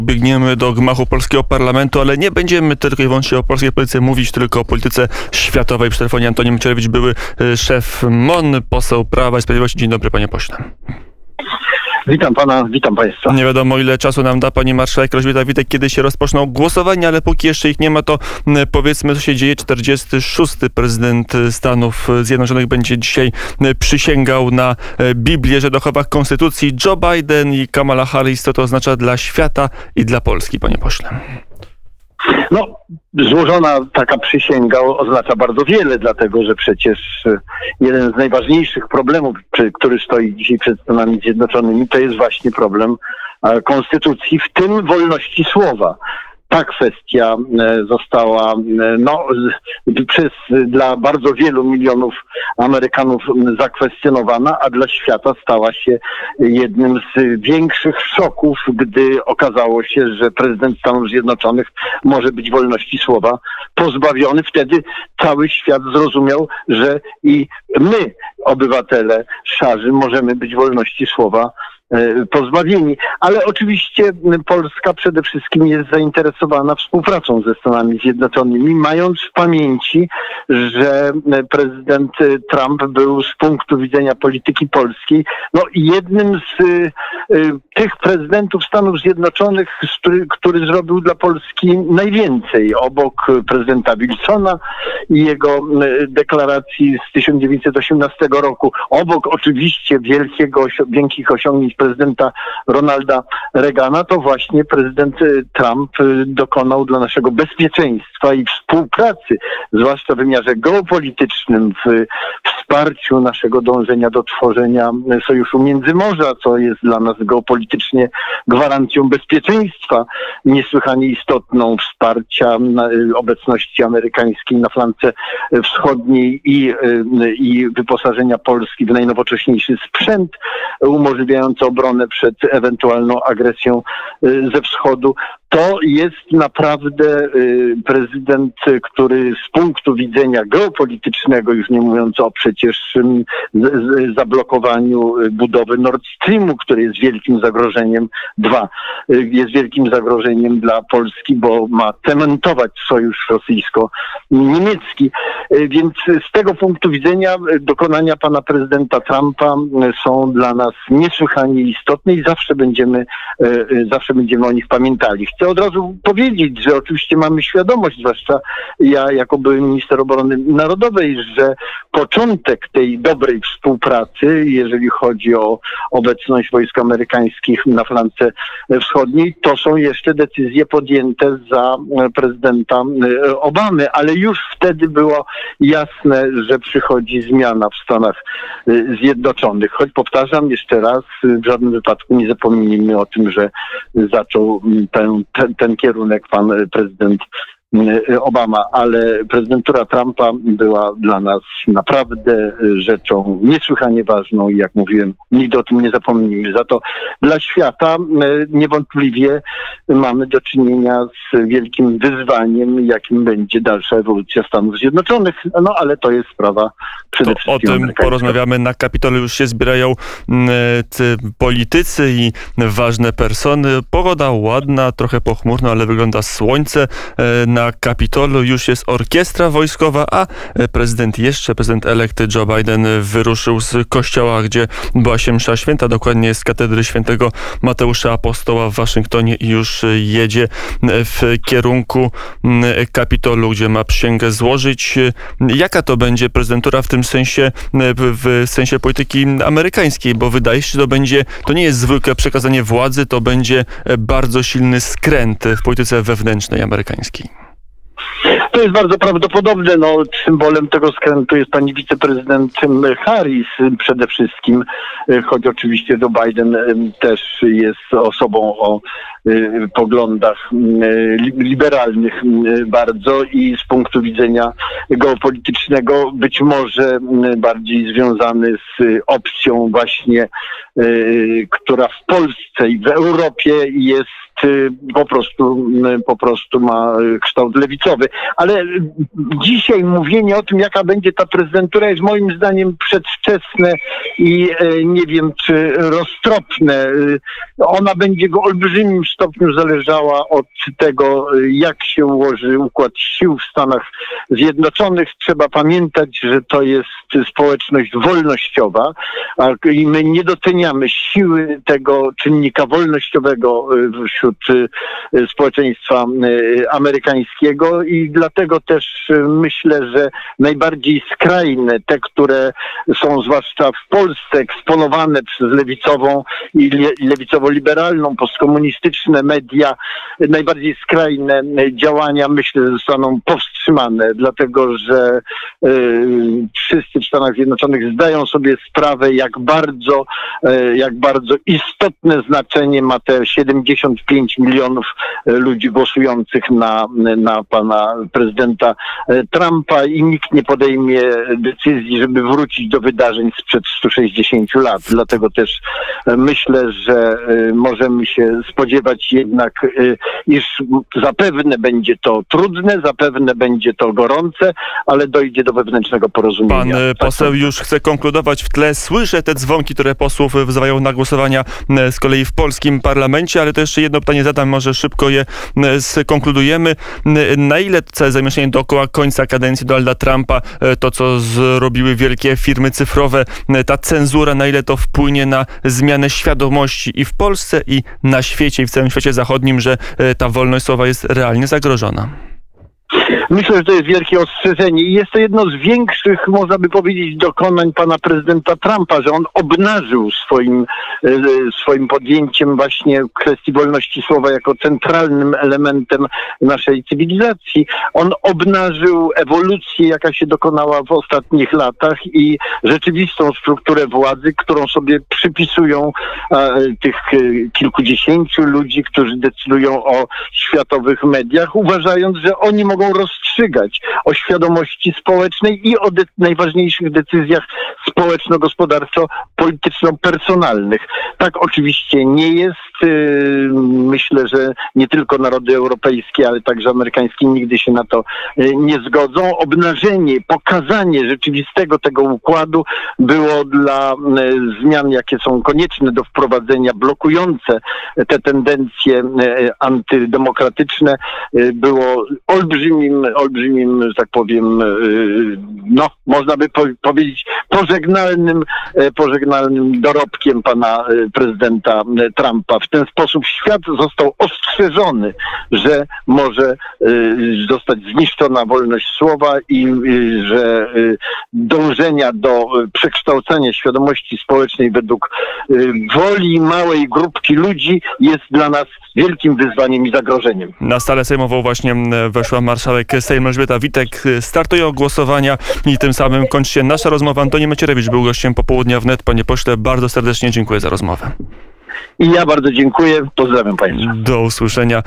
Biegniemy do gmachu polskiego parlamentu, ale nie będziemy tylko i wyłącznie o polskiej polityce mówić, tylko o polityce światowej. Przy telefonie Antoni Macierewicz, były szef MON, poseł Prawa i Sprawiedliwości. Dzień dobry, panie pośle. Witam pana, witam państwa. Nie wiadomo, ile czasu nam da pani marszałek Elżbieta Witek, kiedy się rozpoczną głosowania, ale póki jeszcze ich nie ma, to powiedzmy, co się dzieje. 46. prezydent Stanów Zjednoczonych będzie dzisiaj przysięgał na Biblię, że dochowa konstytucji. Joe Biden i Kamala Harris, co to oznacza dla świata i dla Polski, panie pośle? No, złożona taka przysięga oznacza bardzo wiele, dlatego że przecież jeden z najważniejszych problemów, który stoi dzisiaj przed Stanami Zjednoczonymi, to jest właśnie problem konstytucji, w tym wolności słowa. Ta kwestia została dla bardzo wielu milionów Amerykanów zakwestionowana, a dla świata stała się jednym z większych szoków, gdy okazało się, że prezydent Stanów Zjednoczonych może być wolności słowa pozbawiony. Wtedy cały świat zrozumiał, że i my, obywatele szarzy, możemy być wolności słowa pozbawieni. Ale oczywiście Polska przede wszystkim jest zainteresowana współpracą ze Stanami Zjednoczonymi, mając w pamięci, że prezydent Trump był z punktu widzenia polityki polskiej jednym z tych prezydentów Stanów Zjednoczonych, który zrobił dla Polski najwięcej, obok prezydenta Wilsona i jego deklaracji z 1918 roku, obok oczywiście wielkich osiągnięć prezydenta Ronalda Reagana, to właśnie prezydent Trump dokonał dla naszego bezpieczeństwa i współpracy, zwłaszcza w wymiarze geopolitycznym, w wsparciu naszego dążenia do tworzenia Sojuszu Międzymorza, co jest dla nas geopolitycznie gwarancją bezpieczeństwa, niesłychanie istotną, wsparcia obecności amerykańskiej na flance wschodniej i wyposażenia Polski w najnowocześniejszy sprzęt umożliwiający obronę przed ewentualną agresją ze wschodu. To jest naprawdę prezydent, który z punktu widzenia geopolitycznego, już nie mówiąc o przecież zablokowaniu budowy Nord Streamu, który jest wielkim zagrożeniem, jest wielkim zagrożeniem dla Polski, bo ma cementować sojusz rosyjsko-niemiecki. Więc z tego punktu widzenia dokonania pana prezydenta Trumpa są dla nas niesłychanie istotne i zawsze będziemy o nich pamiętali. Chcę od razu powiedzieć, że oczywiście mamy świadomość, zwłaszcza ja jako były minister obrony narodowej, że początek tej dobrej współpracy, jeżeli chodzi o obecność wojsk amerykańskich na flance wschodniej, to są jeszcze decyzje podjęte za prezydenta Obamy, ale już wtedy było jasne, że przychodzi zmiana w Stanach Zjednoczonych. Choć powtarzam jeszcze raz, w żadnym wypadku nie zapomnijmy o tym, że zaczął ten kierunek pan prezydent Obama, ale prezydentura Trumpa była dla nas naprawdę rzeczą niesłychanie ważną i jak mówiłem, nigdy o tym nie zapomnijmy. Za to dla świata niewątpliwie mamy do czynienia z wielkim wyzwaniem, jakim będzie dalsza ewolucja Stanów Zjednoczonych, ale to jest sprawa przede wszystkim o tym porozmawiamy. Na Kapitolu już się zbierają politycy i ważne persony. Pogoda ładna, trochę pochmurna, ale wygląda słońce. Na Kapitolu już jest orkiestra wojskowa, a prezydent elekt Joe Biden wyruszył z kościoła, gdzie była się msza święta, dokładnie z katedry świętego Mateusza Apostoła w Waszyngtonie i już jedzie w kierunku Kapitolu, gdzie ma przysięgę złożyć. Jaka to będzie prezydentura w tym sensie, w sensie polityki amerykańskiej? Bo wydaje się, że to nie jest zwykłe przekazanie władzy, to będzie bardzo silny skręt w polityce wewnętrznej amerykańskiej. To jest bardzo prawdopodobne. Symbolem tego skrętu jest pani wiceprezydent Harris przede wszystkim, choć oczywiście Joe Biden też jest osobą o poglądach liberalnych bardzo i z punktu widzenia geopolitycznego być może bardziej związany z opcją właśnie, która w Polsce i w Europie jest po prostu ma kształt lewicowy. Ale dzisiaj mówienie o tym, jaka będzie ta prezydentura, jest moim zdaniem przedwczesne i nie wiem, czy roztropne. Ona będzie olbrzymim stopniu zależała od tego, jak się ułoży układ sił w Stanach Zjednoczonych. Trzeba pamiętać, że to jest społeczność wolnościowa i my nie doceniamy siły tego czynnika wolnościowego wśród społeczeństwa amerykańskiego i dlatego też myślę, że najbardziej skrajne, te, które są zwłaszcza w Polsce eksponowane przez lewicową i lewicowo-liberalną, postkomunistyczne media, najbardziej skrajne działania, myślę, że zostaną powstrzymane, dlatego że wszyscy w Stanach Zjednoczonych zdają sobie sprawę, jak bardzo istotne znaczenie ma te 75 milionów ludzi głosujących na pana prezydenta Trumpa i nikt nie podejmie decyzji, żeby wrócić do wydarzeń sprzed 160 lat. Dlatego też myślę, że możemy się spodziewać jednak, iż zapewne będzie to trudne, zapewne będzie to gorące, ale dojdzie do wewnętrznego porozumienia. Pan poseł już chce konkludować w tle. Słyszę te dzwonki, które posłów wzywają na głosowania z kolei w polskim parlamencie, ale to jeszcze jedno pytanie zadam, może szybko je skonkludujemy. Na ile całe zamieszanie dookoła końca kadencji Donalda Trumpa, to co zrobiły wielkie firmy cyfrowe, ta cenzura, na ile to wpłynie na zmianę świadomości i w Polsce, i na świecie, i w całym świecie zachodnim, że ta wolność słowa jest realnie zagrożona? Myślę, że to jest wielkie ostrzeżenie i jest to jedno z większych, można by powiedzieć, dokonań pana prezydenta Trumpa, że on obnażył swoim podjęciem właśnie kwestii wolności słowa jako centralnym elementem naszej cywilizacji. On obnażył ewolucję, jaka się dokonała w ostatnich latach i rzeczywistą strukturę władzy, którą sobie przypisują tych kilkudziesięciu ludzi, którzy decydują o światowych mediach, uważając, że oni mogą rozstrzygać o świadomości społecznej i o najważniejszych decyzjach społeczno-gospodarczo-polityczno-personalnych. Tak oczywiście nie jest. Myślę, że nie tylko narody europejskie, ale także amerykańskie nigdy się na to nie zgodzą. Obnażenie, pokazanie rzeczywistego tego układu było dla zmian, jakie są konieczne do wprowadzenia, blokujące te tendencje antydemokratyczne, było olbrzymim, że tak powiem, można by powiedzieć pożegnalnym dorobkiem pana prezydenta Trumpa. W ten sposób świat został ostrzeżony, że może zostać zniszczona wolność słowa i że dążenia do przekształcania świadomości społecznej według woli małej grupki ludzi jest dla nas wielkim wyzwaniem i zagrożeniem. Na salę sejmową właśnie weszła marszałek Sejmu Elżbieta Witek. Startują głosowania i tym samym kończy się nasza rozmowa. Antoni Macierewicz był gościem Popołudnia Wnet. Panie pośle, bardzo serdecznie dziękuję za rozmowę. I ja bardzo dziękuję. Pozdrawiam państwa. Do usłyszenia.